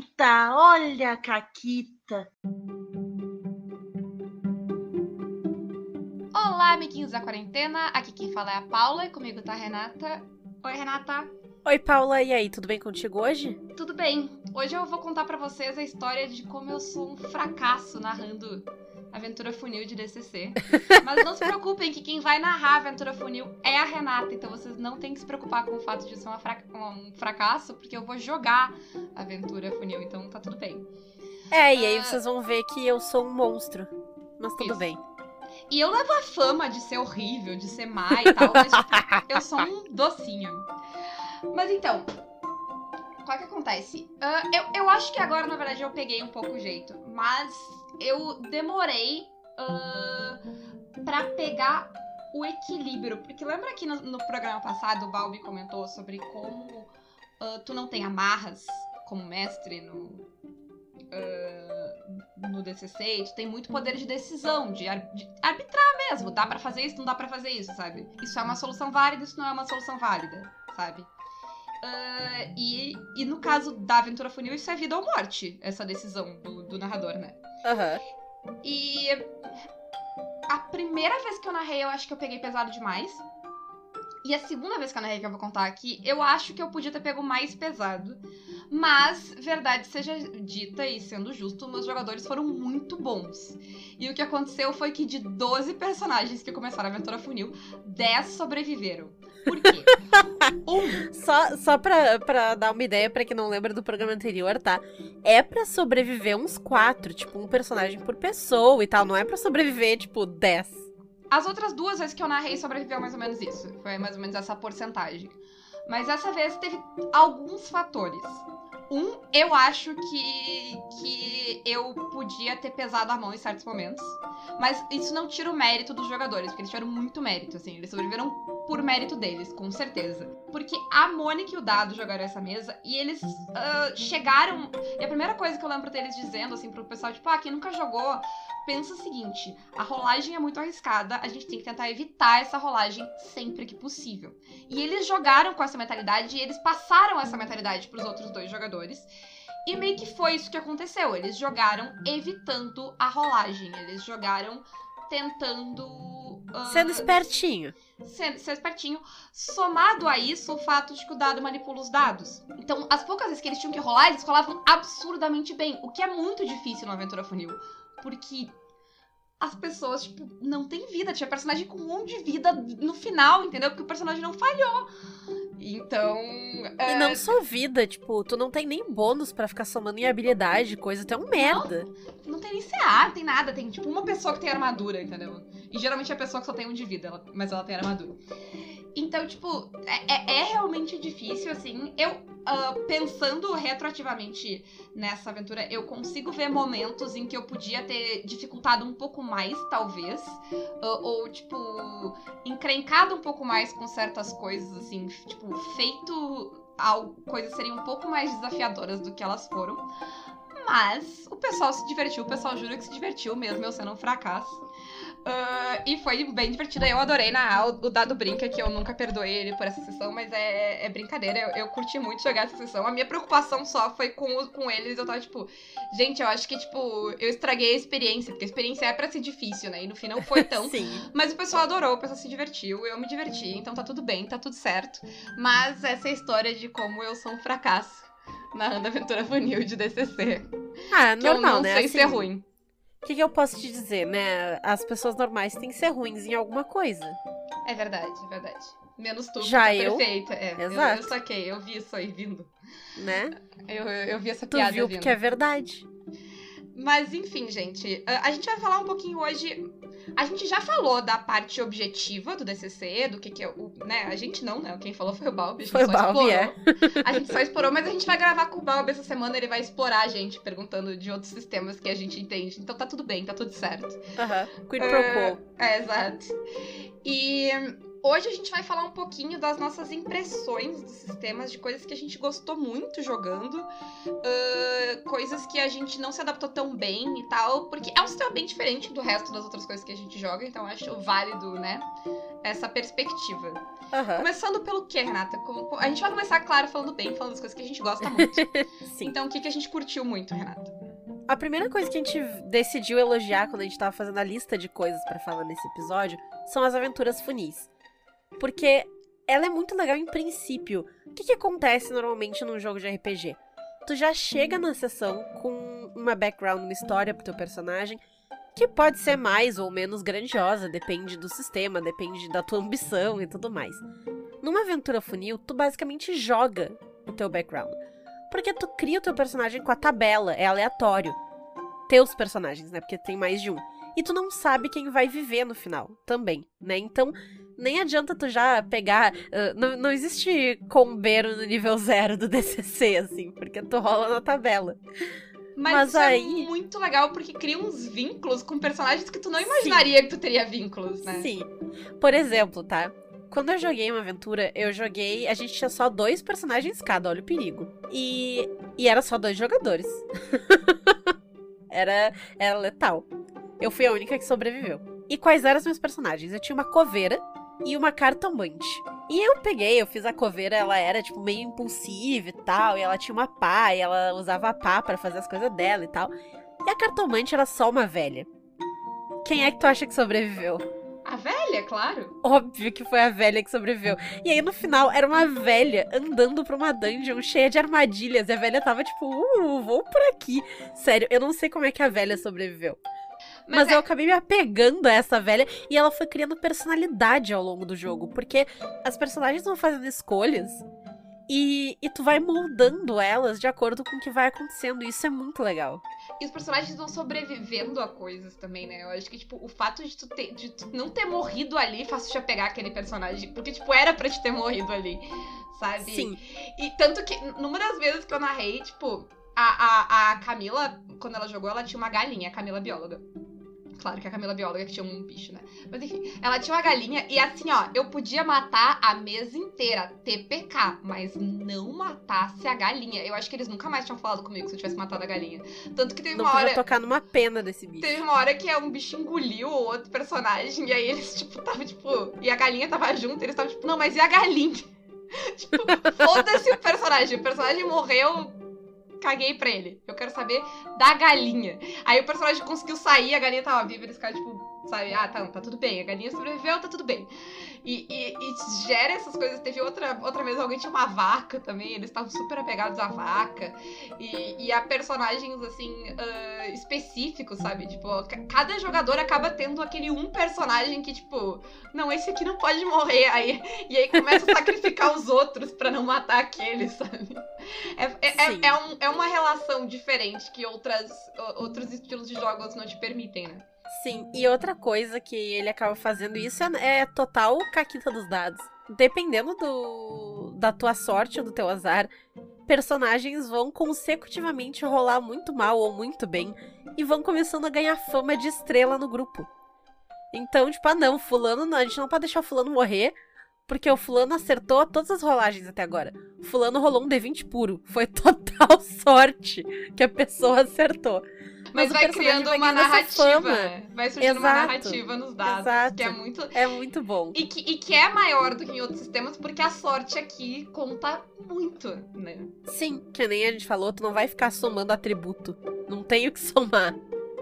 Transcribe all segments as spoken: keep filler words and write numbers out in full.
Caquita, olha a Caquita. Olá, amiguinhos da quarentena, aqui quem fala é a Paula e comigo tá a Renata. Oi, Renata. Oi, Paula, e aí, tudo bem contigo hoje? Tudo bem. Hoje eu vou contar pra vocês a história de como eu sou um fracasso narrando Aventura Funil de D C C. Mas não se preocupem que quem vai narrar Aventura Funil é a Renata, então vocês não têm que se preocupar com o fato de ser uma fra- um fracasso, porque eu vou jogar Aventura Funil, então tá tudo bem. É, e aí Uh... vocês vão ver que eu sou um monstro, mas tudo Isso. bem. E eu levo a fama de ser horrível, de ser má e tal, mas tipo, eu sou um docinho. Mas então, qual que acontece? Uh, eu, eu acho que agora, na verdade, eu peguei um pouco o jeito. Mas eu demorei uh, pra pegar o equilíbrio. Porque lembra que no, no programa passado o Balbi comentou sobre como uh, tu não tem amarras como mestre no... Uh, no D C C, e tu tem muito poder de decisão, de, ar- de arbitrar mesmo. Dá pra fazer isso, não dá pra fazer isso, sabe? Isso é uma solução válida, isso não é uma solução válida, sabe? Uh, e, e no caso da Aventura Funil, isso é vida ou morte, essa decisão do, do narrador, né? Aham. Uhum. E a primeira vez que eu narrei, eu acho que eu peguei pesado demais. E a segunda vez que eu narrei, que eu vou contar aqui, eu acho que eu podia ter pego mais pesado. Mas, verdade seja dita, e sendo justo, meus jogadores foram muito bons. E o que aconteceu foi que de doze personagens que começaram a Aventura Funil, dez sobreviveram. Por quê? Um. Só, só pra, pra dar uma ideia pra quem não lembra do programa anterior, tá? É pra sobreviver uns quatro, tipo, um personagem por pessoa e tal. Não é pra sobreviver, tipo, dez. As outras duas vezes que eu narrei sobreviveu mais ou menos isso. Foi mais ou menos essa porcentagem. Mas essa vez teve alguns fatores. Um, eu acho que, que eu podia ter pesado a mão em certos momentos. Mas isso não tira o mérito dos jogadores, porque eles tiveram muito mérito, assim. Eles sobreviveram por mérito deles, com certeza. Porque a Mônica e o Dado jogaram essa mesa e eles uh, chegaram... E a primeira coisa que eu lembro deles dizendo, assim, pro pessoal, tipo, ah, quem nunca jogou... Pensa o seguinte, a rolagem é muito arriscada, a gente tem que tentar evitar essa rolagem sempre que possível. E eles jogaram com essa mentalidade e eles passaram essa mentalidade pros outros dois jogadores. E meio que foi isso que aconteceu, eles jogaram evitando a rolagem, eles jogaram tentando... Uh, Sendo espertinho. Sendo, sendo espertinho. Somado a isso, o fato de que o dado manipula os dados. Então, as poucas vezes que eles tinham que rolar, eles rolavam absurdamente bem, o que é muito difícil no Aventura Funil. Porque as pessoas, tipo, não tem vida. Tinha personagem com um monte de vida no final, entendeu? Porque o personagem não falhou. Então... É... E não só vida, tipo, tu não tem nem bônus pra ficar somando em habilidade, coisa, tu é um merda. Não, não tem nem C A, não tem nada. Tem, tipo, uma pessoa que tem armadura, entendeu? E geralmente é a pessoa que só tem um de vida, ela, mas ela tem armadura. Então, tipo, é, é, é realmente difícil, assim. Eu, uh, pensando retroativamente nessa aventura, eu consigo ver momentos em que eu podia ter dificultado um pouco mais, talvez. Uh, ou, tipo, encrencado um pouco mais com certas coisas, assim. Tipo, feito algo, coisas serem um pouco mais desafiadoras do que elas foram. Mas o pessoal se divertiu, o pessoal jura que se divertiu mesmo, eu sendo um fracasso. Uh, e foi bem divertido. Eu adorei narrar. O Dado brinca que eu nunca perdoei ele por essa sessão, mas é, é brincadeira. Eu, eu curti muito jogar essa sessão. A minha preocupação só foi com, com eles. Eu tava tipo, gente, eu acho que, tipo, eu estraguei a experiência, porque a experiência é pra ser difícil, né? E no fim não foi tão. Sim. Mas o pessoal adorou, o pessoal se divertiu, eu me diverti, então tá tudo bem, tá tudo certo. Mas essa é a história de como eu sou um fracasso narrando Aventura Funil de D C C. Ah, que normal, eu não né? sei Assim, ser ruim. O que, que eu posso te dizer, né? As pessoas normais têm que ser ruins em alguma coisa. É verdade, é verdade. Menos tu, Já que tá eu? perfeita. É, Exato. Eu, eu saquei, eu vi isso aí vindo. Né? Eu, eu, eu vi essa Tu piada viu vindo. porque é verdade. Mas, enfim, gente, a gente vai falar um pouquinho hoje... A gente já falou da parte objetiva do D C C, do que que é o... Né? A gente não, né? Quem falou foi o Balbi, a gente Foi só o Balbi, explorou. é. A gente só explorou, mas a gente vai gravar com o Balbi essa semana, ele vai explorar a gente, perguntando de outros sistemas que a gente entende. Então tá tudo bem, tá tudo certo. Aham. Quid pro quo. É, é, exato. E... hoje a gente vai falar um pouquinho das nossas impressões dos sistemas, de coisas que a gente gostou muito jogando, uh, coisas que a gente não se adaptou tão bem e tal, porque é um sistema bem diferente do resto das outras coisas que a gente joga, então acho válido, né, essa perspectiva. Uhum. Começando pelo quê, Renata? A gente vai começar, claro, falando bem, falando das coisas que a gente gosta muito. Sim. Então, o que, que a gente curtiu muito, Renata? A primeira coisa que a gente decidiu elogiar quando a gente tava fazendo a lista de coisas pra falar nesse episódio são as aventuras funis. Porque ela é muito legal em princípio. O que, que acontece normalmente num jogo de R P G? Tu já chega na sessão com uma background, uma história pro teu personagem, que pode ser mais ou menos grandiosa, depende do sistema, depende da tua ambição e tudo mais. Numa aventura funil, tu basicamente joga o teu background. Porque tu cria o teu personagem com a tabela, é aleatório. Teus personagens, né? Porque tem mais de um. E tu não sabe quem vai viver no final, também, né? Então, nem adianta tu já pegar... Uh, não, não existe combeiro no nível zero do D C C, assim, porque tu rola na tabela. Mas, Mas isso aí... é muito legal, porque cria uns vínculos com personagens que tu não imaginaria Sim. que tu teria vínculos, né? Sim. Por exemplo, tá? Quando eu joguei uma aventura, eu joguei... A gente tinha só dois personagens cada, olha o perigo. E, e era só dois jogadores. era, era letal. Eu fui a única que sobreviveu. E quais eram os meus personagens? Eu tinha uma coveira e uma cartomante. E eu peguei, eu fiz a coveira, ela era, tipo, meio impulsiva e tal. E ela tinha uma pá, e ela usava a pá pra fazer as coisas dela e tal. E a cartomante era só uma velha. Quem é que tu acha que sobreviveu? A velha, claro. Óbvio que foi a velha que sobreviveu. E aí, no final, era uma velha andando pra uma dungeon cheia de armadilhas. E a velha tava tipo, uh, vou por aqui. Sério, eu não sei como é que a velha sobreviveu. Mas, Mas é... eu acabei me apegando a essa velha e ela foi criando personalidade ao longo do jogo. Porque as personagens vão fazendo escolhas e, e tu vai moldando elas de acordo com o que vai acontecendo. E isso é muito legal. E os personagens vão sobrevivendo a coisas também, né? Eu acho que, tipo, o fato de tu, ter, de tu não ter morrido ali faz te apegar aquele personagem. Porque, tipo, era pra te ter morrido ali, sabe? Sim. E tanto que, numa das vezes que eu narrei, tipo, a, a, a Camila, quando ela jogou, ela tinha uma galinha, a Camila bióloga. Claro que a Camila bióloga que tinha um bicho, né? Mas enfim, ela tinha uma galinha e assim, ó, eu podia matar a mesa inteira, T P K, mas não matasse a galinha. Eu acho que eles nunca mais tinham falado comigo se eu tivesse matado a galinha. Tanto que teve não uma hora... Não podia tocar numa pena desse bicho. Teve uma hora que um bicho engoliu o outro personagem e aí eles, tipo, tava, tipo... E a galinha tava junto e eles estavam, tipo, não, mas e a galinha? Tipo, foda-se o personagem. O personagem morreu... Caguei pra ele. Eu quero saber da galinha. Aí o personagem conseguiu sair, a galinha tava viva, eles ficaram tipo, sabe? Ah, tá, tá tudo bem. A galinha sobreviveu, tá tudo bem. E, e, e gera essas coisas. Teve outra, outra vez alguém tinha uma vaca também, eles estavam super apegados à vaca. E, e a personagens, assim, uh, específicos, sabe? Tipo, cada jogador acaba tendo aquele um personagem que, tipo, não, esse aqui não pode morrer. Aí, e aí começa a sacrificar os outros pra não matar aquele, sabe? É, é, é, é, um, é uma relação diferente que outras, outros estilos de jogos não te permitem, né? Sim, e outra coisa que ele acaba fazendo isso é, é total caquita dos dados. Dependendo do, da tua sorte ou do teu azar, personagens vão consecutivamente rolar muito mal ou muito bem e vão começando a ganhar fama de estrela no grupo. Então, tipo, ah não, fulano não, a gente não pode deixar o fulano morrer, porque o fulano acertou todas as rolagens até agora. O fulano rolou um D vinte puro. Foi total sorte que a pessoa acertou. Mas, Mas vai criando vai uma narrativa. Né? Vai surgindo Exato. uma narrativa nos dados. Exato. Que é muito... É muito bom. E que, e que é maior do que em outros sistemas, porque a sorte aqui conta muito, né? Sim, que nem a gente falou, tu não vai ficar somando atributo. Não tem o que somar.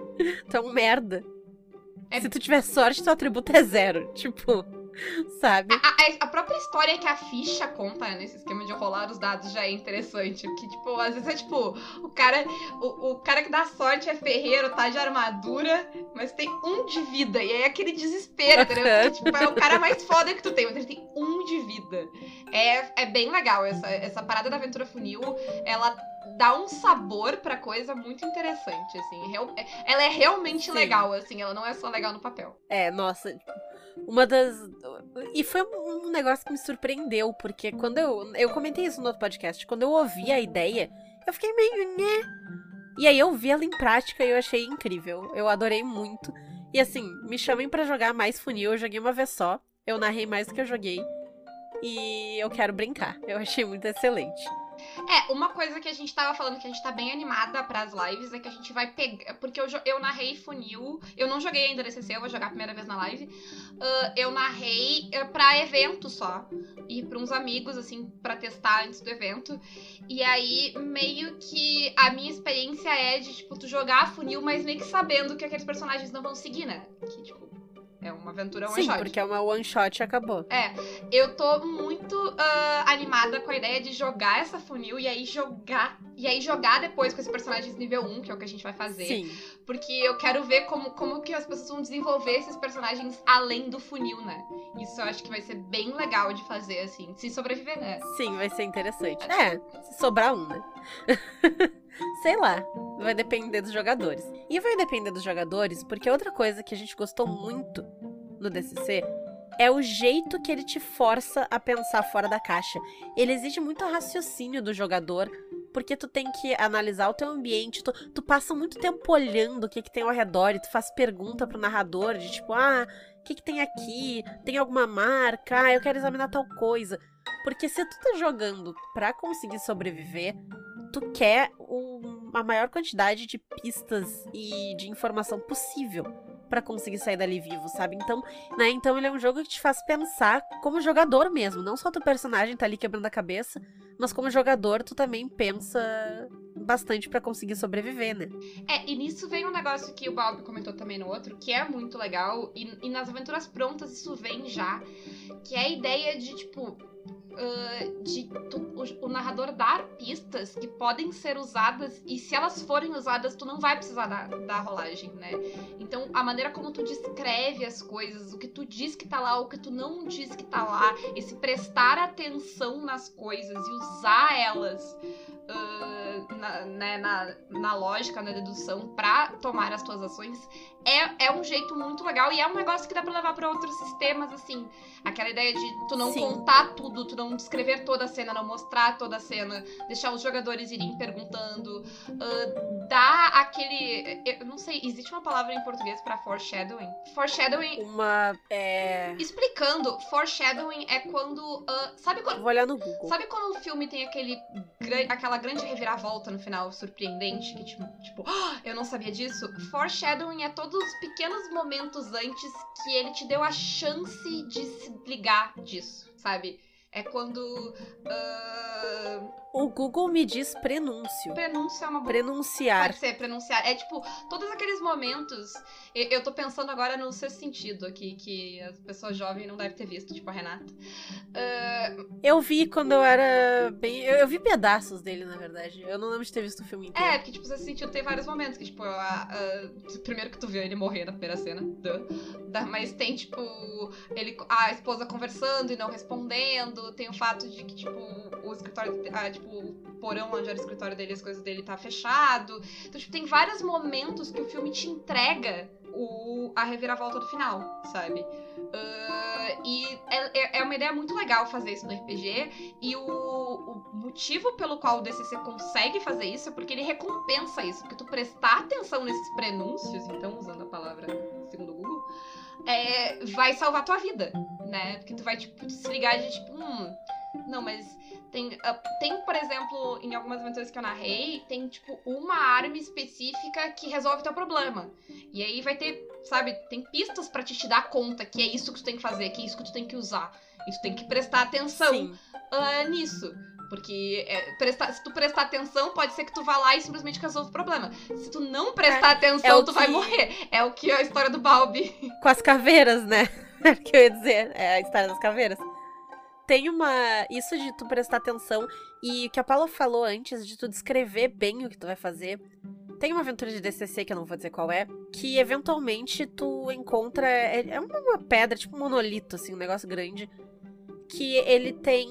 Tu é um merda. É... Se tu tiver sorte, teu atributo é zero. Tipo... Sabe? A, a, a própria história que a ficha conta, né, nesse esquema de rolar os dados já é interessante. Porque, tipo, às vezes é tipo, o cara, o, o cara que dá sorte é ferreiro, tá de armadura, mas tem um de vida. E aí é aquele desespero, entendeu? Porque, tipo, é o cara mais foda que tu tem, mas ele tem um de vida. É, é bem legal essa, essa parada da aventura funil. Ela dá um sabor pra coisa muito interessante, assim. Ela é realmente Sim. legal, assim. Ela não é só legal no papel. É, nossa... Uma das... E foi um negócio que me surpreendeu, porque quando eu... Eu comentei isso no outro podcast. Quando eu ouvi a ideia, eu fiquei meio... Nhé. E aí eu vi ela em prática e eu achei incrível. Eu adorei muito. E assim, me chamem pra jogar mais funil. Eu joguei uma vez só. Eu narrei mais do que eu joguei. E eu quero brincar. Eu achei muito excelente. É, uma coisa que a gente tava falando que a gente tá bem animada pras lives é que a gente vai pegar. Porque eu, eu narrei funil. Eu não joguei ainda D C C, eu vou jogar a primeira vez na live. Uh, eu narrei uh, pra evento só. E pra uns amigos, assim, pra testar antes do evento. E aí, meio que a minha experiência é de, tipo, tu jogar funil, mas meio que sabendo que aqueles personagens não vão seguir, né? Que, tipo. É uma aventura one Sim, shot. porque é uma one shot e acabou. É, eu tô muito uh, animada com a ideia de jogar essa funil e aí jogar. E aí jogar depois com esses personagens nível um, que é o que a gente vai fazer. Sim. Porque eu quero ver como, como que as pessoas vão desenvolver esses personagens além do funil, né? Isso eu acho que vai ser bem legal de fazer, assim. Se sobreviver, né? Sim, vai ser interessante. É, se sobrar um, né? Sei lá, vai depender dos jogadores. E vai depender dos jogadores porque outra coisa que a gente gostou muito no D C C é o jeito que ele te força a pensar fora da caixa. Ele exige muito raciocínio do jogador, porque tu tem que analisar o teu ambiente, tu, tu passa muito tempo olhando o que, que tem ao redor e tu faz pergunta pro narrador de tipo, ah, o que, que tem aqui? Tem alguma marca? Ah, eu quero examinar tal coisa. Porque se tu tá jogando pra conseguir sobreviver, tu quer o, a maior quantidade de pistas e de informação possível pra conseguir sair dali vivo, sabe? Então, né, então ele é um jogo que te faz pensar como jogador mesmo. Não só teu personagem tá ali quebrando a cabeça, mas como jogador tu também pensa bastante pra conseguir sobreviver, né? É, e nisso vem um negócio que o Bob comentou também no outro, que é muito legal, e, e nas aventuras prontas isso vem já, que é a ideia de, tipo, uh, de tu, o, o narrador dar pistas que podem ser usadas, e se elas forem usadas, tu não vai precisar da, da rolagem, né? Então, a maneira como tu descreve as coisas, o que tu diz que tá lá, o que tu não diz que tá lá, esse prestar atenção nas coisas e usar elas uh, na, né, na, na lógica, na dedução, pra tomar as tuas ações, é, é um jeito muito legal e é um negócio que dá pra levar pra outros sistemas, assim. Aquela ideia de tu não Sim. contar tudo, tu não descrever toda a cena, não mostrar toda a cena, deixar os jogadores irem perguntando, uh, dar aquele... Eu não sei, existe uma palavra em português pra foreshadowing? Foreshadowing... Uma, é... Explicando, foreshadowing é quando... Uh, sabe quando... Vou olhar no Google. Sabe quando um filme tem aquele, aquela grande reviravolta no final, surpreendente, que tipo, tipo "Ah, eu não sabia disso"? Foreshadowing é todos os pequenos momentos antes que ele te deu a chance de se ligar disso, sabe? É quando... Uh... O Google me diz prenúncio. Prenúncio é uma boa... Prenunciar. Pode ser, pronunciar. É tipo, todos aqueles momentos... Eu, eu tô pensando agora no sexto sentido aqui, que as pessoas jovens não devem ter visto, tipo a Renata. Uh... Eu vi quando eu era bem... Eu, eu vi pedaços dele, na verdade. Eu não lembro de ter visto o filme inteiro. É, porque, tipo, sexto sentido tem vários momentos, que, tipo, a, a... primeiro que tu vê ele morrer na primeira cena, duh. Mas tem, tipo, ele, a esposa conversando e não respondendo, tem o fato de que, tipo, o escritório... Ah, tipo, o porão onde era o escritório dele, as coisas dele tá fechado. Então, tipo, tem vários momentos que o filme te entrega o, a reviravolta do final, sabe? Uh, e é, é uma ideia muito legal fazer isso no R P G. E o, o motivo pelo qual o D C C consegue fazer isso é porque ele recompensa isso. Porque tu prestar atenção nesses prenúncios, então, usando a palavra segundo o Google, é, vai salvar tua vida, né? Porque tu vai, tipo, se ligar de, tipo, hum... Não, mas tem, uh, tem, por exemplo, em algumas aventuras que eu narrei, tem, tipo, uma arma específica que resolve teu problema. E aí vai ter, sabe, tem pistas pra te, te dar conta que é isso que tu tem que fazer, que é isso que tu tem que usar. E tu tem que prestar atenção uh, nisso. Porque é, prestar, se tu prestar atenção, pode ser que tu vá lá e simplesmente resolva o problema. Se tu não prestar é, atenção, é tu que... vai morrer. É o que é a história do Balbi. Com as caveiras, né? É o que eu ia dizer. É a história das caveiras. Tem uma... Isso de tu prestar atenção e o que a Paula falou antes, de tu descrever bem o que tu vai fazer. Tem uma aventura de D C C, que eu não vou dizer qual é, que eventualmente tu encontra... É uma pedra, tipo um monolito, assim, um negócio grande, que ele tem...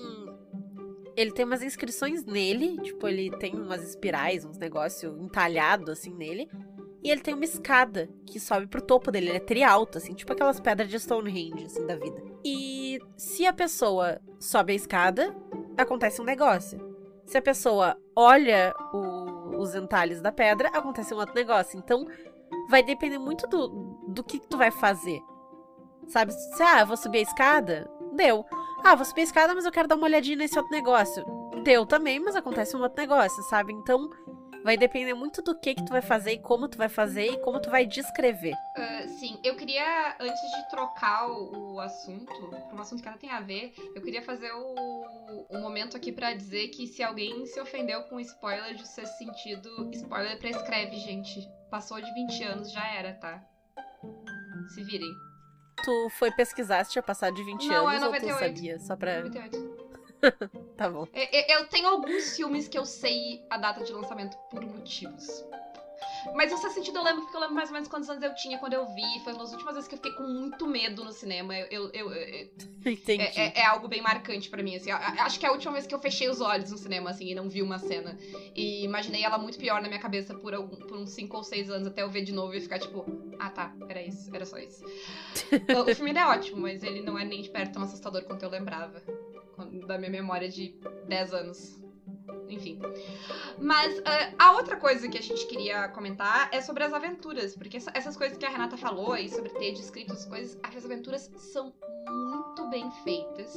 Ele tem umas inscrições nele, tipo, ele tem umas espirais, uns negócios entalhados, assim, nele. E ele tem uma escada que sobe pro topo dele, ele é trialto, assim, tipo aquelas pedras de Stonehenge, assim, da vida. E se a pessoa sobe a escada, acontece um negócio. Se a pessoa olha o, os entalhes da pedra, acontece um outro negócio. Então, vai depender muito do, do que tu vai fazer, Sabe? Se, ah, eu vou subir a escada? Deu. Ah, vou subir a escada, mas eu quero dar uma olhadinha nesse outro negócio. Deu também, mas acontece um outro negócio, sabe? Então, vai depender muito do que que tu vai fazer e como tu vai fazer e como tu vai descrever. Uh, sim, eu queria, antes de trocar o, o assunto, pra um assunto que nada tem a ver, eu queria fazer o, o momento aqui pra dizer que se alguém se ofendeu com spoiler de ser sentido, spoiler prescreve, gente. Passou de vinte anos, já era, tá? Se virem. Tu foi pesquisar se tinha passado de vinte Não, anos é ou tu noventa e oito. sabia? Só pra... noventa e oito. Tá bom. Eu, eu tenho alguns filmes que eu sei a data de lançamento por motivos. Mas nesse sentido eu lembro, porque eu lembro mais ou menos quantos anos eu tinha quando eu vi. Foi uma das últimas vezes que eu fiquei com muito medo no cinema. Eu, eu, eu, eu Entendi. é, é, é algo bem marcante pra mim, assim. Acho que é a última vez que eu fechei os olhos no cinema, assim, e não vi uma cena. E imaginei ela muito pior na minha cabeça por, algum, por uns cinco ou seis anos, até eu ver de novo e ficar tipo, ah tá, era isso, era só isso. O filme ainda é ótimo, mas ele não é nem de perto tão assustador quanto eu lembrava. Da minha memória de dez anos. Enfim. Mas uh, a outra coisa que a gente queria comentar é sobre as aventuras. Porque essa, essas coisas que a Renata falou aí sobre ter descrito as coisas, as aventuras são muito bem feitas.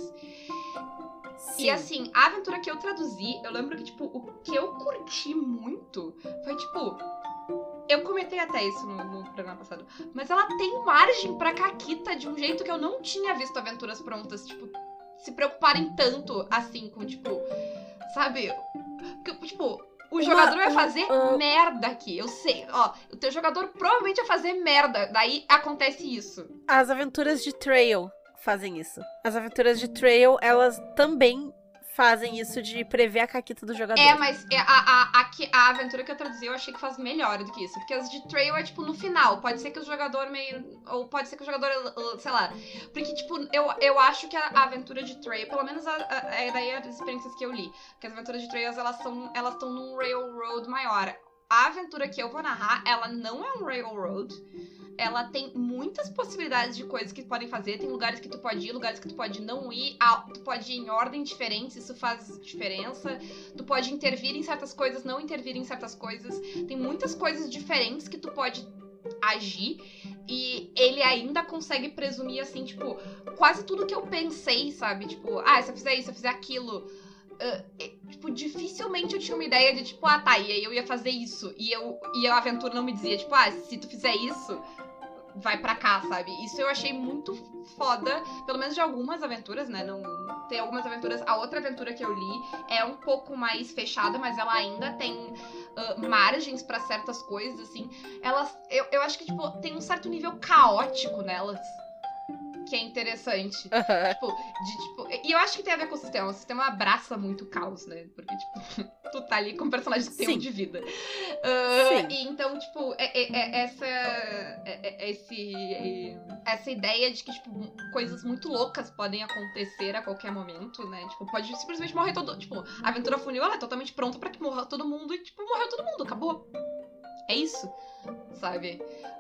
Sim. E assim, a aventura que eu traduzi, eu lembro que, tipo, o que eu curti muito foi, tipo... Eu comentei até isso no, no programa passado. Mas ela tem margem pra caquita de um jeito que eu não tinha visto aventuras prontas, tipo... se preocuparem tanto, assim, com, tipo... Sabe? Que, tipo, o Uma, jogador vai um, fazer uh... merda aqui. Eu sei, ó. O teu jogador provavelmente vai fazer merda. Daí acontece isso. As aventuras de Trail fazem isso. As aventuras de Trail, elas também fazem isso de prever a caquita do jogador. É, mas a, a, a, a aventura que eu traduzi eu achei que faz melhor do que isso. Porque as de Trail é, tipo, no final. Pode ser que o jogador meio... Ou pode ser que o jogador, sei lá... Porque, tipo, eu, eu acho que a, a aventura de Trail... Pelo menos a, a, é daí as experiências que eu li. Porque as aventuras de Trail, elas estão elas estão num railroad maior. A aventura que eu vou narrar, ela não é um railroad. Ela tem muitas possibilidades de coisas que tu podem fazer. Tem lugares que tu pode ir, lugares que tu pode não ir. Ah, tu pode ir em ordem diferente, isso faz diferença. Tu pode intervir em certas coisas, não intervir em certas coisas. Tem muitas coisas diferentes que tu pode agir. E ele ainda consegue presumir, assim, tipo, quase tudo que eu pensei, sabe? Tipo, ah, se eu fizer isso, se eu fizer aquilo... Uh, tipo, dificilmente eu tinha uma ideia de, tipo, ah, tá, e aí eu ia fazer isso. E, eu, e a aventura não me dizia, tipo, ah, se tu fizer isso, vai pra cá, sabe? Isso eu achei muito foda, pelo menos de algumas aventuras, né? Não, tem algumas aventuras... A outra aventura que eu li é um pouco mais fechada, mas ela ainda tem uh, margens pra certas coisas, assim. Elas... Eu, eu acho que, tipo, tem um certo nível caótico nelas. Que é interessante. Uhum. Tipo, de, tipo... E eu acho que tem a ver com o sistema. O sistema abraça muito o caos, né? Porque, tipo, tu tá ali com personagens que tem um de vida. Uh, e então, tipo, é, é, é essa... É, é, esse, é, essa ideia de que, tipo, coisas muito loucas podem acontecer a qualquer momento, né? Tipo, pode simplesmente morrer todo... Tipo, a aventura funil, ela é totalmente pronta pra que morra todo mundo e, tipo, morreu todo mundo. Acabou. É isso. Sabe?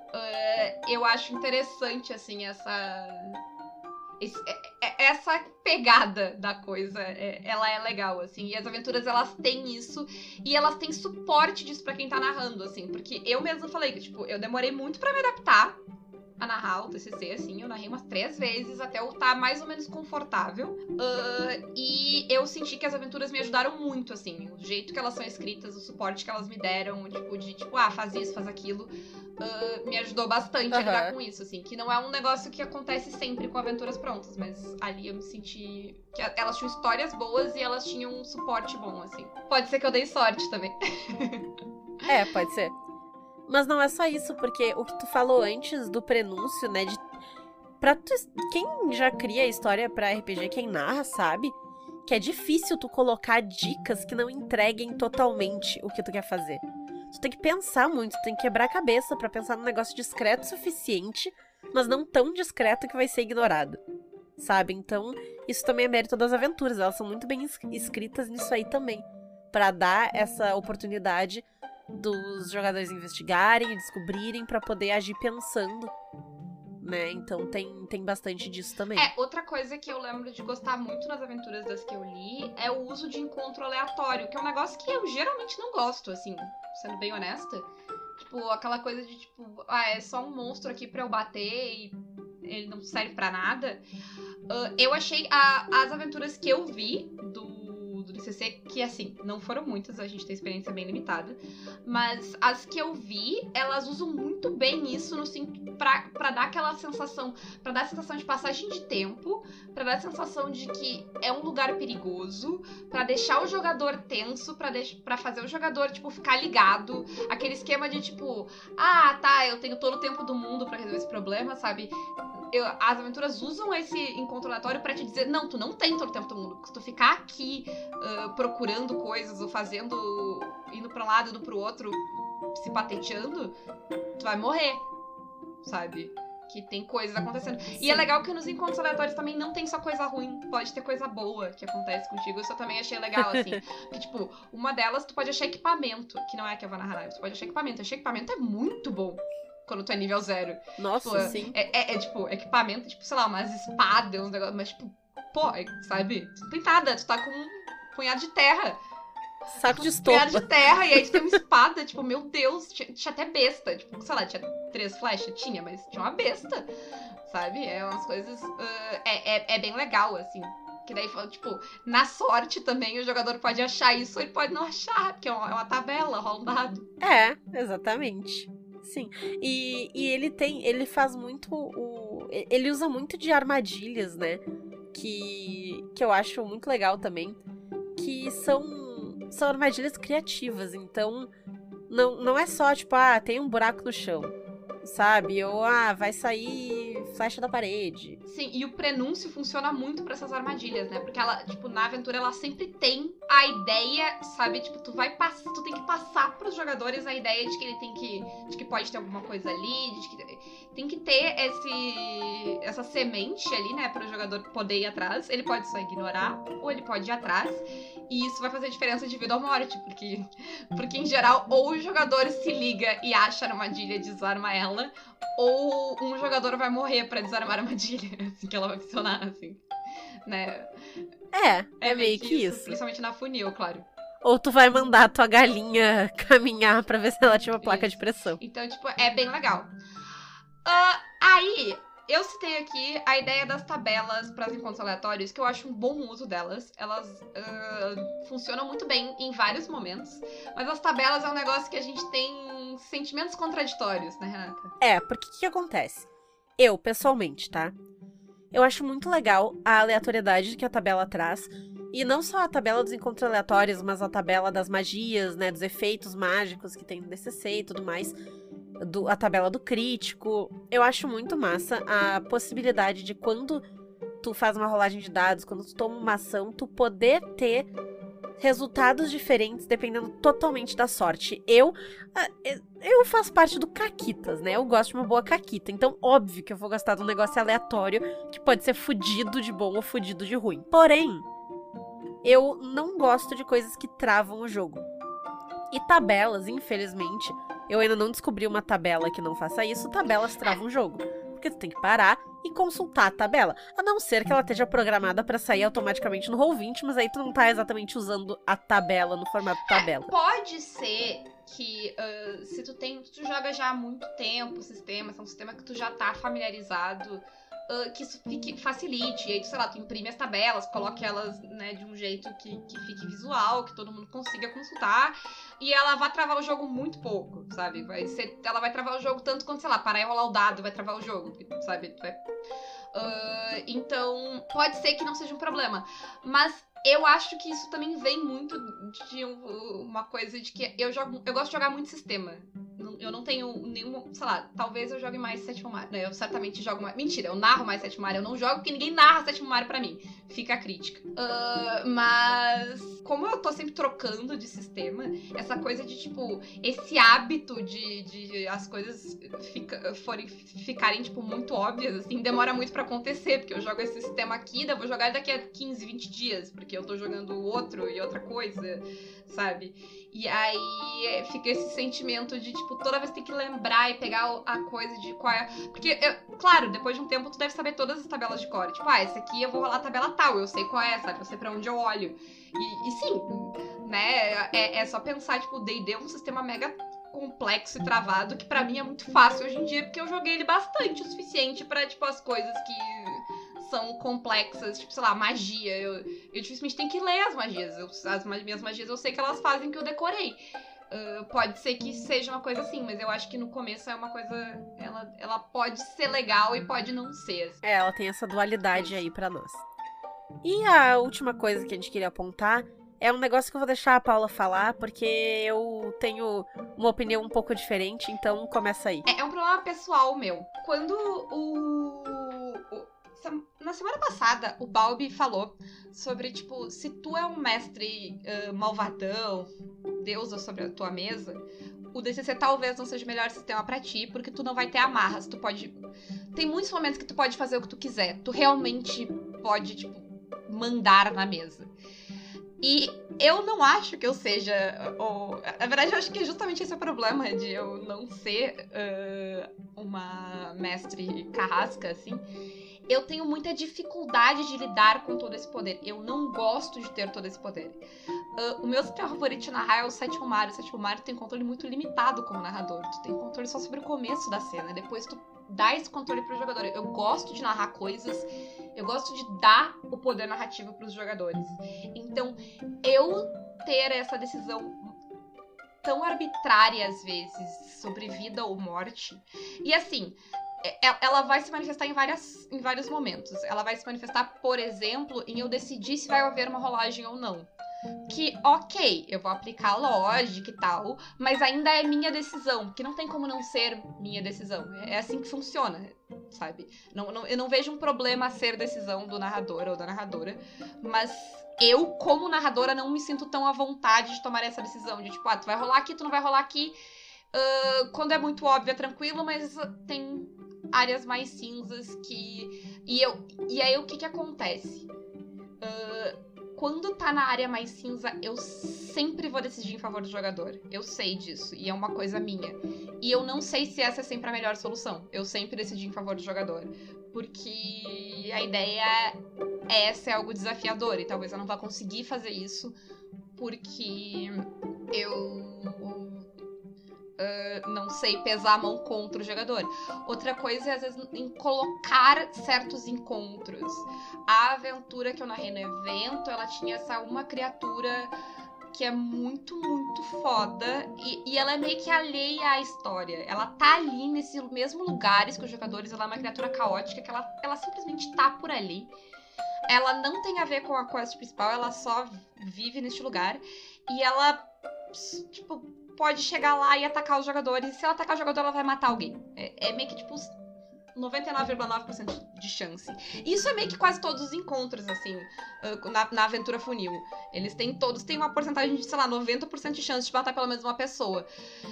Uh, eu acho interessante, assim, essa... Esse, essa pegada da coisa, ela é legal, assim. E as aventuras, elas têm isso. E elas têm suporte disso pra quem tá narrando, assim. Porque eu mesma falei que, tipo, eu demorei muito pra me adaptar a narrar o T C C, assim. Eu narrei umas três vezes até eu estar mais ou menos confortável. Uh, e eu senti que as aventuras me ajudaram muito, assim. O jeito que elas são escritas, o suporte que elas me deram, tipo, de, tipo, ah, faz isso, faz aquilo. Uh, me ajudou bastante uhum. a lidar com isso, assim. Que não é um negócio que acontece sempre com aventuras prontas, mas ali eu me senti que elas tinham histórias boas e elas tinham um suporte bom, assim. Pode ser que eu dei sorte também. É, pode ser. Mas não é só isso, porque o que tu falou antes do prenúncio, né, de... Pra tu... Quem já cria história pra R P G, quem narra, sabe que é difícil tu colocar dicas que não entreguem totalmente o que tu quer fazer. Tu tem que pensar muito, tu tem que quebrar a cabeça pra pensar num negócio discreto o suficiente, mas não tão discreto que vai ser ignorado, sabe? Então, isso também é mérito das aventuras, elas são muito bem escritas nisso aí também, pra dar essa oportunidade dos jogadores investigarem e descobrirem pra poder agir pensando, né? Então tem, tem bastante disso também. É, outra coisa que eu lembro de gostar muito nas aventuras das que eu li é o uso de encontro aleatório, que é um negócio que eu geralmente não gosto, assim, sendo bem honesta. Tipo, aquela coisa de, tipo, ah, é só um monstro aqui pra eu bater e ele não serve pra nada. Uh, eu achei a, as aventuras que eu vi do do D C C, que assim, não foram muitas, a gente tem experiência bem limitada, mas as que eu vi, elas usam muito bem isso no pra, pra dar aquela sensação, pra dar a sensação de passagem de tempo, pra dar a sensação de que é um lugar perigoso, pra deixar o jogador tenso, pra, deix, pra fazer o jogador, tipo, ficar ligado, aquele esquema de tipo, ah, tá, eu tenho todo o tempo do mundo pra resolver esse problema, sabe? Eu, as aventuras usam esse encontro aleatório pra te dizer, não, tu não tem todo o tempo do mundo. Se tu ficar aqui uh, procurando coisas ou fazendo, indo pra um lado, indo pro outro, se patenteando, tu vai morrer, sabe? Que tem coisas acontecendo. Sim. E é legal que nos encontros aleatórios também não tem só coisa ruim, pode ter coisa boa que acontece contigo. Isso eu também achei legal, assim. Porque, tipo, uma delas tu pode achar equipamento, que não é a que eu vou narrar, tu pode achar equipamento. Achei equipamento é muito bom. Quando tu é nível zero. Nossa, tipo, sim. É, é, é, tipo, equipamento, tipo, sei lá, umas espadas, uns negócios, mas, tipo, pô, é, sabe? Tu não tem nada, tu tá com um punhado de terra. Saco de Um estopa. punhado de terra, e aí tu tem uma espada, tipo, meu Deus, tinha, tinha até besta. Tipo, sei lá, tinha três flechas? Tinha, mas tinha uma besta, sabe? É umas coisas, uh, é, é, é bem legal, assim. Que daí, tipo, na sorte também o jogador pode achar isso ou ele pode não achar, porque é uma, é uma tabela, rola um dado. É, exatamente. Sim, e, e ele tem, ele faz muito o, ele usa muito de armadilhas, né, que, que eu acho muito legal também, que são, são armadilhas criativas, então não, não é só, tipo, ah, tem um buraco no chão, sabe, ou, ah, vai sair flecha da parede. Sim, e o prenúncio funciona muito pra essas armadilhas, né, porque ela, tipo, na aventura ela sempre tem a ideia, sabe, tipo, tu vai passar, tu tem que passar pros jogadores a ideia de que ele tem que, de que pode ter alguma coisa ali, de que tem que ter esse, essa semente ali, né, pro jogador poder ir atrás. Ele pode só ignorar, ou ele pode ir atrás, e isso vai fazer diferença de vida ou morte, porque, porque em geral, ou o jogador se liga e acha a armadilha e desarma ela, ou um jogador vai morrer pra desarmar a armadilha, assim, que ela vai funcionar, assim, né. É, é, é meio que isso, isso. Principalmente na funil, claro. Ou tu vai mandar a tua galinha caminhar pra ver se ela tinha uma placa Isso. de pressão. Então, tipo, é bem legal. Uh, aí, eu citei aqui a ideia das tabelas para os encontros aleatórios, que eu acho um bom uso delas. Elas uh, funcionam muito bem em vários momentos. Mas as tabelas é um negócio que a gente tem sentimentos contraditórios, né, Renata? É, porque o que, que acontece? Eu, pessoalmente, tá? Eu acho muito legal a aleatoriedade que a tabela traz. E não só a tabela dos encontros aleatórios, mas a tabela das magias, né? Dos efeitos mágicos que tem no D C C e tudo mais. Do, a tabela do crítico. Eu acho muito massa a possibilidade de quando tu faz uma rolagem de dados, quando tu toma uma ação, tu poder ter resultados diferentes dependendo totalmente da sorte. Eu, eu faço parte do Caquitas, né? Eu gosto de uma boa caquita. Então, óbvio que eu vou gostar de um negócio aleatório que pode ser fudido de bom ou fudido de ruim. Porém, eu não gosto de coisas que travam o jogo. E tabelas, infelizmente, eu ainda não descobri uma tabela que não faça isso. Tabelas travam o jogo. Porque tu tem que parar e consultar a tabela. A não ser que ela esteja programada pra sair automaticamente no roll vinte, mas aí tu não tá exatamente usando a tabela no formato tabela. É, pode ser que uh, se tu tem, tu joga já há muito tempo o sistema, é um sistema que tu já tá familiarizado, uh, que isso fique, facilite. E aí, tu, sei lá, tu imprime as tabelas, coloque elas, né, de um jeito que, que fique visual, que todo mundo consiga consultar. E ela vai travar o jogo muito pouco, sabe? Vai ser, ela vai travar o jogo tanto quanto, sei lá, parar e rolar o dado, vai travar o jogo, sabe? Vai... Uh, então, pode ser que não seja um problema. Mas eu acho que isso também vem muito de uma coisa de que eu jogo, eu gosto de jogar muito sistema. Eu não tenho nenhum, sei lá, talvez eu jogue mais Sétimo Mario. Não, eu certamente jogo mais. Mentira, eu narro mais Sétimo Mario. Eu não jogo porque ninguém narra Sétimo Mario pra mim. Fica a crítica. Uh, mas, como eu tô sempre trocando de sistema, essa coisa de, tipo, esse hábito de, de as coisas fica, forem, ficarem, tipo, muito óbvias, assim, demora muito pra acontecer. Porque eu jogo esse sistema aqui, daí eu vou jogar daqui a quinze, vinte dias. Porque eu tô jogando outro e outra coisa, sabe? E aí fica esse sentimento de, tipo, toda vez tem que lembrar e pegar a coisa de qual é... Porque, eu, claro, depois de um tempo tu deve saber todas as tabelas de cor. Tipo, ah, esse aqui eu vou rolar a tabela tal, eu sei qual é, sabe? Eu sei pra onde eu olho. E, e sim, né, é, é só pensar, tipo, o D e D é um sistema mega complexo e travado, que pra mim é muito fácil hoje em dia, porque eu joguei ele bastante o suficiente pra, tipo, as coisas que são complexas, tipo, sei lá, magia. Eu, eu dificilmente tenho que ler as magias. Eu, as minhas magias eu sei que elas fazem que eu decorei. Uh, pode ser que seja uma coisa assim, mas eu acho que no começo é uma coisa... Ela, ela pode ser legal e pode não ser. Assim. É, ela tem essa dualidade aí pra nós. E a última coisa que a gente queria apontar é um negócio que eu vou deixar a Paula falar, porque eu tenho uma opinião um pouco diferente, então começa aí. É, é um problema pessoal meu. Quando o... o na semana passada, o Balbi falou sobre, tipo, se tu é um mestre uh, malvadão, deusa sobre a tua mesa, o D C C talvez não seja o melhor sistema pra ti, porque tu não vai ter amarras, tu pode... Tem muitos momentos que tu pode fazer o que tu quiser, tu realmente pode, tipo, mandar na mesa. E eu não acho que eu seja... Ou, na verdade, eu acho que justamente esse é o problema de eu não ser uh, uma mestre carrasca, assim. Eu tenho muita dificuldade de lidar com todo esse poder. Eu não gosto de ter todo esse poder. Uh, o meu sistema favorito de narrar é o Sétimo Mar. O Sétimo Mar tem controle muito limitado como narrador. Tu tem controle só sobre o começo da cena. Depois tu dá esse controle pro jogador. Eu gosto de narrar coisas. Eu gosto de dar o poder narrativo pros jogadores. Então, eu ter essa decisão tão arbitrária, às vezes, sobre vida ou morte... E assim... ela vai se manifestar em, várias, em vários momentos. Ela vai se manifestar, por exemplo, em eu decidir se vai haver uma rolagem ou não. Que, ok, eu vou aplicar a lógica e tal, mas ainda é minha decisão, porque não tem como não ser minha decisão. É assim que funciona, sabe? Não, não, eu não vejo um problema a ser decisão do narrador ou da narradora, mas eu, como narradora, não me sinto tão à vontade de tomar essa decisão. De tipo, ah, tu vai rolar aqui, tu não vai rolar aqui. Uh, quando é muito óbvio, é tranquilo, mas tem... áreas mais cinzas que... E, eu... e aí, o que que acontece? Uh, quando tá na área mais cinza, eu sempre vou decidir em favor do jogador. Eu sei disso, e é uma coisa minha. E eu não sei se essa é sempre a melhor solução. Eu sempre decidi em favor do jogador. Porque a ideia é essa, é algo desafiador, e talvez eu não vá conseguir fazer isso, porque eu... Uh, não sei pesar a mão contra o jogador. Outra coisa é, às vezes, em colocar certos encontros. A aventura que eu narrei no evento, ela tinha essa uma criatura que é muito, muito foda. E, e ela é meio que alheia à história. Ela tá ali nesses mesmos lugares que os jogadores. Ela é uma criatura caótica que ela, ela simplesmente tá por ali. Ela não tem a ver com a quest principal, ela só vive neste lugar. E ela, tipo... pode chegar lá e atacar os jogadores. E se ela atacar o jogador, ela vai matar alguém. É, é meio que, tipo, noventa e nove vírgula nove por cento de chance. E isso é meio que quase todos os encontros, assim, na, na aventura funil. Eles têm todos, têm uma porcentagem de, sei lá, noventa por cento de chance de matar pelo menos uma pessoa.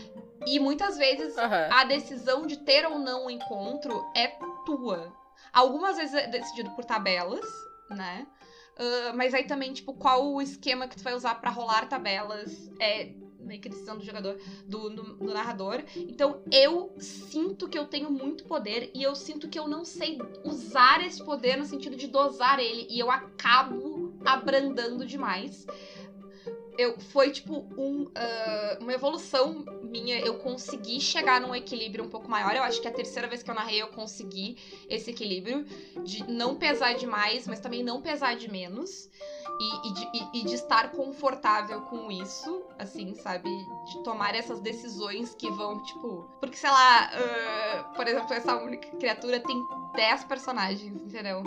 E muitas vezes, uhum. a decisão de ter ou não um encontro é tua. Algumas vezes é decidido por tabelas, né? Uh, mas aí também, tipo, qual o esquema que tu vai usar pra rolar tabelas é... meio que decisão do jogador, do, do, do narrador. Então, eu sinto que eu tenho muito poder e eu sinto que eu não sei usar esse poder no sentido de dosar ele. E eu acabo abrandando demais. Eu, foi, tipo, um, uh, uma evolução minha. Eu consegui chegar num equilíbrio um pouco maior. Eu acho que a terceira vez que eu narrei, eu consegui esse equilíbrio de não pesar demais, mas também não pesar de menos. E, e, de, e, e de estar confortável com isso, assim, sabe? De tomar essas decisões que vão, tipo... Porque, sei lá, uh, por exemplo, essa única criatura tem dez personagens, entendeu?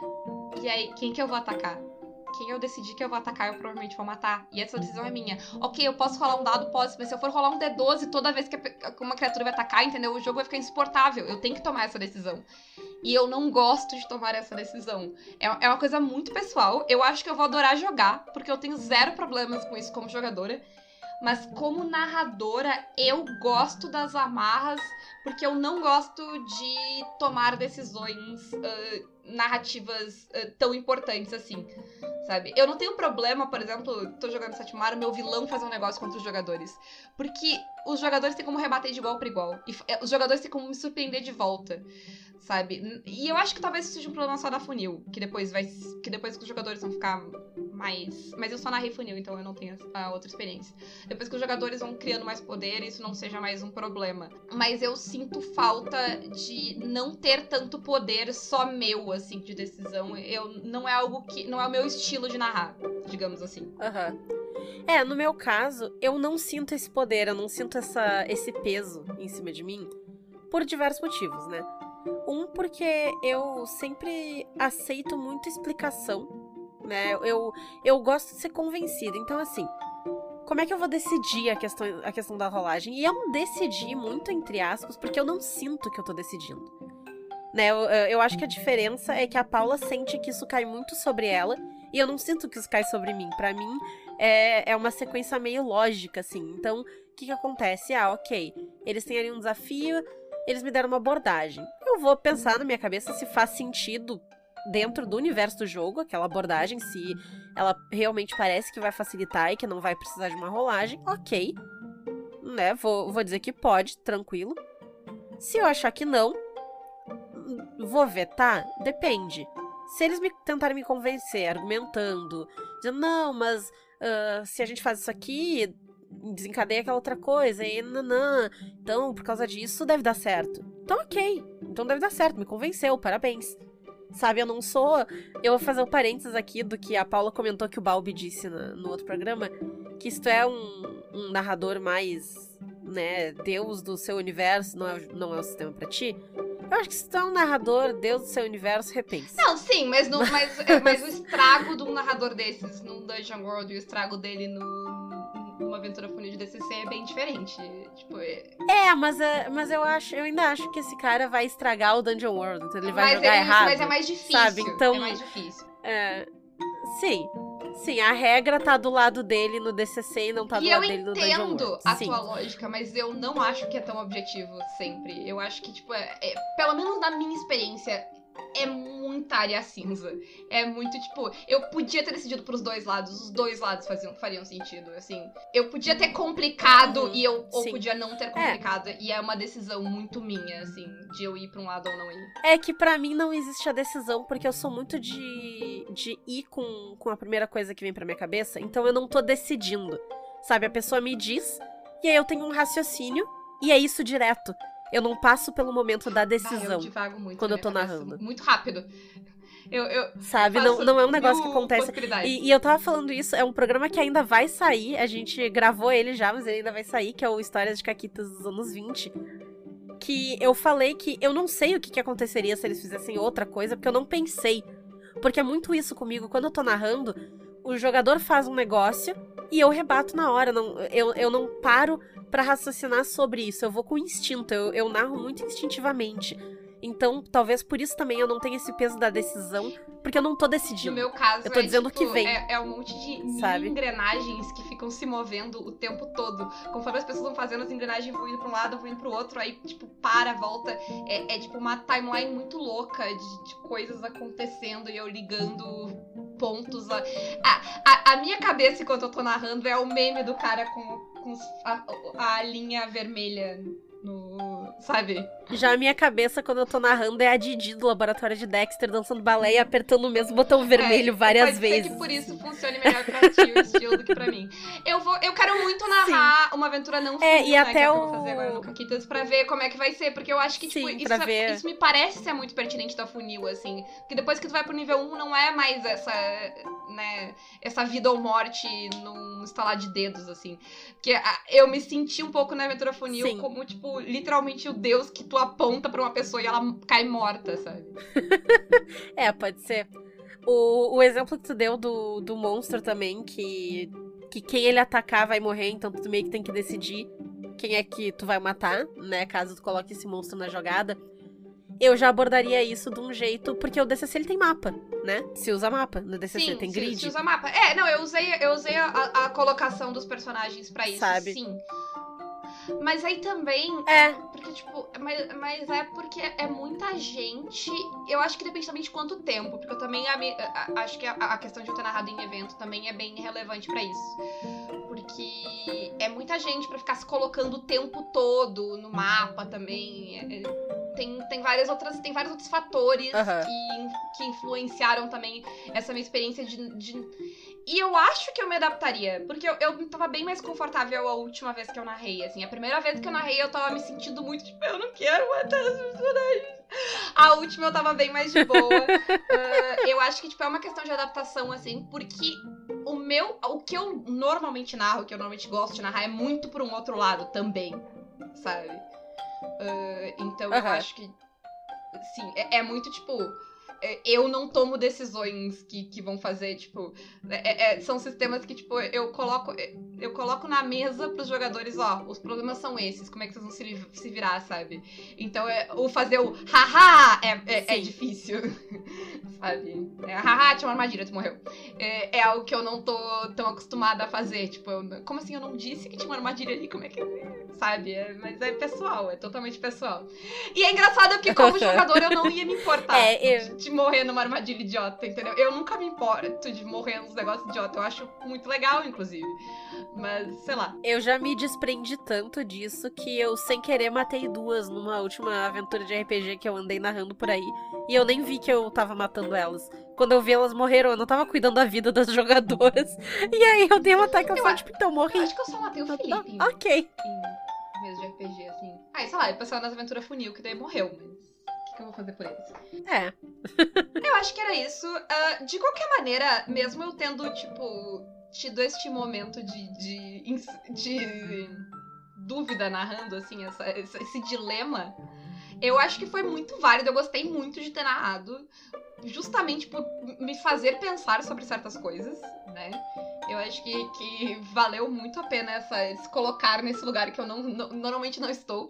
E aí, quem que eu vou atacar? Quem eu decidir que eu vou atacar, eu provavelmente vou matar. E essa decisão é minha. Ok, eu posso rolar um dado, posso, mas se eu for rolar um D doze toda vez que uma criatura vai atacar, entendeu? O jogo vai ficar insuportável. Eu tenho que tomar essa decisão. E eu não gosto de tomar essa decisão. É, é uma coisa muito pessoal. Eu acho que eu vou adorar jogar, porque eu tenho zero problemas com isso como jogadora. Mas como narradora, eu gosto das amarras, porque eu não gosto de tomar decisões uh, narrativas uh, tão importantes assim, sabe? Eu não tenho problema, por exemplo, tô jogando Sétimo Mar, meu vilão fazer um negócio contra os jogadores. Porque os jogadores têm como rebater de igual pra igual. E os jogadores têm como me surpreender de volta, sabe? E eu acho que talvez isso seja um problema só da Funil, que depois vai. Que depois que os jogadores vão ficar mais. Mas eu só narrei Funil, então eu não tenho a outra experiência. Depois que os jogadores vão criando mais poder, isso não seja mais um problema. Mas eu sinto falta de não ter tanto poder só meu, assim, de decisão. Eu, não é algo que. Não é o meu estilo de narrar, digamos assim. Aham. Uhum. É, no meu caso, eu não sinto esse poder, eu não sinto essa, esse peso em cima de mim por diversos motivos, né? Um, porque eu sempre aceito muita explicação, né? Eu, eu gosto de ser convencida. Então, assim, como é que eu vou decidir a questão, a questão da rolagem? E eu não decidi muito, entre aspas, porque eu não sinto que eu tô decidindo. Né? Eu, eu acho que a diferença é que a Paula sente que isso cai muito sobre ela e eu não sinto que isso cai sobre mim. Pra mim, é, é uma sequência meio lógica, assim. Então, o que que acontece? Ah, ok, eles têm ali um desafio, eles me deram uma abordagem. Eu vou pensar na minha cabeça se faz sentido dentro do universo do jogo, aquela abordagem, se ela realmente parece que vai facilitar e que não vai precisar de uma rolagem, ok. Né, vou, vou dizer que pode, tranquilo. Se eu achar que não, vou vetar? Depende. Se eles me tentarem me convencer, argumentando, dizendo, não, mas uh, se a gente faz isso aqui, desencadeia aquela outra coisa, e nanã, então, por causa disso, deve dar certo. Então, ok. Então deve dar certo, me convenceu, parabéns. Sabe, eu não sou... Eu vou fazer um parênteses aqui do que a Paula comentou que o Balbi disse no, no outro programa, que isto é um, um narrador mais, né, Deus do seu universo, não é, não é o sistema pra ti. Eu acho que se tu é um narrador, Deus do seu universo, repensa. Não, sim, mas, no, mas, é, mas o estrago de um narrador desses num Dungeon World e o estrago dele no, numa aventura funil de D C C é bem diferente. Tipo, é... é, mas, é, mas eu acho, eu ainda acho que esse cara vai estragar o Dungeon World, então ele vai mas jogar é, errado. Mas é mais difícil, sabe? Então, é mais difícil. É, sim. Sim, a regra tá do lado dele no D C C e não tá do e lado dele no Dungeon World. Eu entendo a Sim. tua lógica, mas eu não acho que é tão objetivo sempre. Eu acho que, tipo, é, é, pelo menos na minha experiência, é muita área cinza. É muito, tipo, eu podia ter decidido pros dois lados, os dois lados faziam, fariam sentido, assim. Eu podia ter complicado uhum, e eu ou sim. podia não ter complicado. É. E é uma decisão muito minha, assim, de eu ir pra um lado ou não ir. É que pra mim não existe a decisão, porque eu sou muito de, de ir com, com a primeira coisa que vem pra minha cabeça, então eu não tô decidindo. Sabe, a pessoa me diz, e aí eu tenho um raciocínio, e é isso direto. Eu não passo pelo momento da decisão. Ah, eu divago muito quando eu tô cabeça, narrando. Muito rápido. Eu, eu Sabe, não, não é um negócio que acontece. E, e eu tava falando isso, é um programa que ainda vai sair, a gente gravou ele já, mas ele ainda vai sair, que é o Histórias de Caquitas dos anos vinte. Que eu falei que eu não sei o que, que aconteceria se eles fizessem outra coisa, porque eu não pensei. Porque é muito isso comigo, quando eu tô narrando, o jogador faz um negócio e eu rebato na hora, não, eu, eu não paro pra raciocinar sobre isso, eu vou com instinto, eu, eu narro muito instintivamente. Então, talvez por isso também eu não tenha esse peso da decisão, porque eu não tô decidindo. No meu caso, eu tô é, dizendo tipo, que vem. É, é um monte de mini engrenagens que ficam se movendo o tempo todo. Conforme as pessoas vão fazendo, as engrenagens vão indo pra um lado, vão indo pro outro, aí, tipo, para, volta. É, é tipo uma timeline muito louca de, de coisas acontecendo e eu ligando pontos. A, a, a, a minha cabeça, enquanto eu tô narrando, é o meme do cara com, com a, a linha vermelha no... sabe? Já a minha cabeça, quando eu tô narrando, é a Didi do laboratório de Dexter dançando balé e apertando o mesmo botão vermelho é, várias pode vezes. Ser que por isso funcione melhor pra ti o estilo do que pra mim. Eu, vou, eu quero muito narrar Sim. uma aventura não funil, é, e né, até que é o o... que eu vou fazer agora no Caquitas, pra ver como é que vai ser, porque eu acho que, tipo, Sim, isso, ver... isso me parece ser muito pertinente da funil, assim, porque depois que tu vai pro nível um, não é mais essa, né, essa vida ou morte num estalar de dedos, assim, que eu me senti um pouco na aventura funil Sim. como, tipo, literalmente o deus que tu aponta pra uma pessoa e ela cai morta, sabe? É, pode ser. O, o exemplo que tu deu do, do monstro também, que, que quem ele atacar vai morrer, então tu meio que tem que decidir quem é que tu vai matar, né, caso tu coloque esse monstro na jogada. Eu já abordaria isso de um jeito, porque o D C C ele tem mapa, né? Se usa mapa no D C C, sim, tem se, grid. se usa mapa. É, não, eu usei, eu usei a, a colocação dos personagens pra isso, Sabe? sim. Mas aí também... É, porque porque, tipo, mas, mas é porque é muita gente. Eu acho que depende também de quanto tempo, porque eu também a, a, acho que a, a questão de eu ter narrado em evento também é bem relevante pra isso. Porque é muita gente pra ficar se colocando o tempo todo no mapa também. É, tem, tem várias outras, tem vários outros fatores Uhum. que, que influenciaram também essa minha experiência de, de... E eu acho que eu me adaptaria, porque eu, eu tava bem mais confortável a última vez que eu narrei, assim. A primeira vez que eu narrei, eu tava me sentindo muito, tipo, eu não quero matar os personagens. A última eu tava bem mais de boa. uh, eu acho que, tipo, é uma questão de adaptação, assim, porque o meu... O que eu normalmente narro, o que eu normalmente gosto de narrar, é muito por um outro lado também, sabe? Uh, então, Uhum. eu acho que, sim, é, é muito, tipo... Eu não tomo decisões que, que vão fazer, tipo... É, é, são sistemas que, tipo, eu coloco, eu coloco na mesa pros jogadores, ó, os problemas são esses, como é que vocês vão se, se virar, sabe? Então, é, o fazer o haha é, é, é difícil, sabe? É, haha, tinha uma armadilha, tu morreu. É, é algo que eu não tô tão acostumada a fazer, tipo, eu, como assim, eu não disse que tinha uma armadilha ali, como é que... Sabe? É, mas é pessoal, é totalmente pessoal. E é engraçado porque, como jogador, eu não ia me importar. É, eu... de morrer numa armadilha idiota, entendeu? Eu nunca me importo de morrer nos negócios idiotas. Eu acho muito legal, inclusive. Mas, sei lá. Eu já me desprendi tanto disso que eu, sem querer, matei duas numa última aventura de R P G que eu andei narrando por aí. E eu nem vi que eu tava matando elas. Quando eu vi, elas morreram. Eu não tava cuidando da vida das jogadoras. E aí eu dei um ataque, eu só, tipo, então, morri. Eu acho que eu só matei o Felipe. Em, ok. Em vez de R P G, assim. Ah, e sei lá, eu passava nas aventuras funil, que daí morreu, mas... O que eu vou fazer por eles? É. Eu acho que era isso. Uh, de qualquer maneira, mesmo eu tendo, tipo, tido este momento de, de, de dúvida narrando, assim, essa, esse dilema, eu acho que foi muito válido. Eu gostei muito de ter narrado, justamente por me fazer pensar sobre certas coisas, né? Eu acho que, que valeu muito a pena essa, se colocar nesse lugar que eu não, não, normalmente não estou.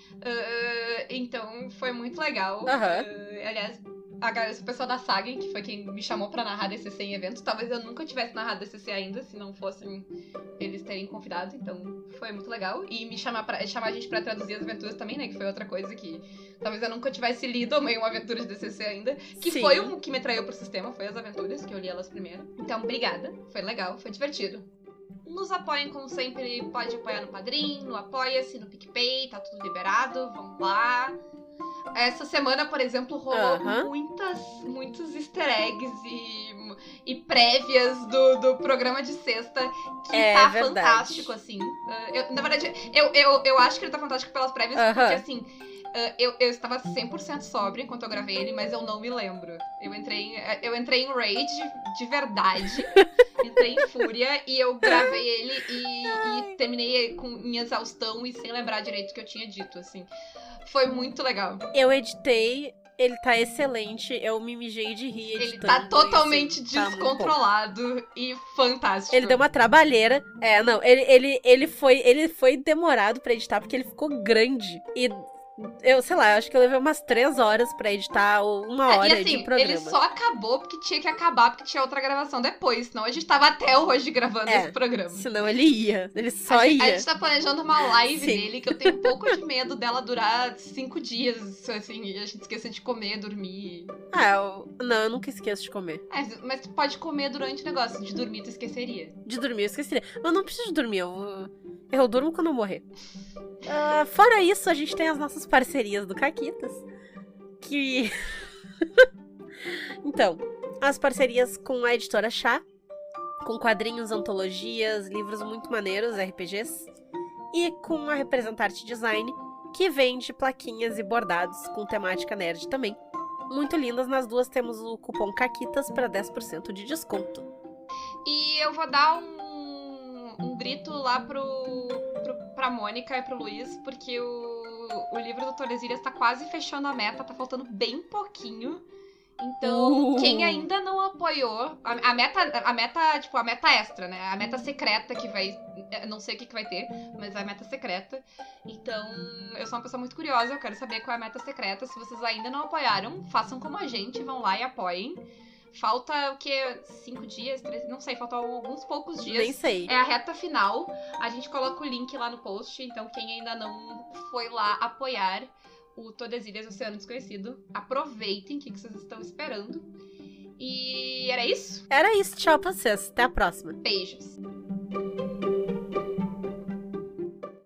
Uh, então, foi muito legal. Uhum. Uh, aliás, agradeço o pessoal da Sagen, que foi quem me chamou pra narrar D C C em eventos. Talvez eu nunca tivesse narrado D C C ainda, se não fossem eles terem convidado. Então, foi muito legal. E me chamar, pra, chamar a gente pra traduzir as aventuras também, né? Que foi outra coisa que talvez eu nunca tivesse lido ou meio uma aventura de D C C ainda. Que Sim. foi o que me atraiu pro sistema, foi as aventuras, que eu li elas primeiro. Então, obrigada. Foi legal, foi divertido. Nos apoiem, como sempre, pode apoiar no Padrim, no Apoia-se, no PicPay, tá tudo liberado, vamos lá. Essa semana, por exemplo, rolou Uhum. muitas, muitos easter eggs e, e prévias do, do programa de sexta, que É tá verdade. fantástico, assim. Uh, eu, na verdade, eu, eu, eu acho que ele tá fantástico pelas prévias, Uhum. porque, assim, uh, eu, eu estava cem por cento sóbria enquanto eu gravei ele, mas eu não me lembro. Eu entrei em, eu entrei em rage de verdade, entrei em fúria, e eu gravei ele e, e terminei com, em exaustão e sem lembrar direito o que eu tinha dito, assim. Foi muito legal. Eu editei, ele tá excelente, eu me mijei de rir editando. Ele tá totalmente assim, tá descontrolado e fantástico. Ele deu uma trabalheira. É, não, ele, ele, ele, foi, ele foi demorado pra editar porque ele ficou grande. E eu, sei lá, eu acho que eu levei umas três horas pra editar uma hora é, e assim, de programa. ele só acabou porque tinha que acabar, porque tinha outra gravação depois. Senão a gente tava até hoje gravando É, esse programa. Senão ele ia, ele só a gente, ia. A gente tá planejando uma live Sim. dele, que eu tenho um pouco de medo dela durar cinco dias, assim, e a gente esquecer de comer, dormir. Ah, eu, não, eu nunca esqueço de comer. É, mas tu pode comer durante o negócio, de dormir tu esqueceria. De dormir, eu esqueceria. Eu não preciso dormir, eu, eu durmo quando eu morrer. Uh, fora isso, a gente tem as nossas parcerias do Caquitas. Que... Então, as parcerias com a editora Chá, com quadrinhos, antologias, livros muito maneiros, R P Gs. E com a Representarte Design, que vende plaquinhas e bordados com temática nerd também. Muito lindas, nas duas temos o cupom Caquitas para dez por cento de desconto. E eu vou dar um, um grito lá pro, pro, pra Mônica e pro Luiz, porque o, o livro do Tordesilhas tá quase fechando a meta, tá faltando bem pouquinho. Então, Uh. quem ainda não apoiou, a, a meta, a meta, tipo, a meta extra, né? A meta secreta que vai, não sei o que que vai ter, mas a meta secreta. Então, eu sou uma pessoa muito curiosa, eu quero saber qual é a meta secreta. Se vocês ainda não apoiaram, façam como a gente, vão lá e apoiem. Falta o quê? Cinco dias? Três? Não sei, faltam alguns poucos dias. Nem sei. É a reta final. A gente coloca o link lá no post, então quem ainda não foi lá apoiar o Tordesilhas Oceano Desconhecido, aproveitem o que, que vocês estão esperando. E era isso? Era isso, tchau pra vocês. Até a próxima. Beijos.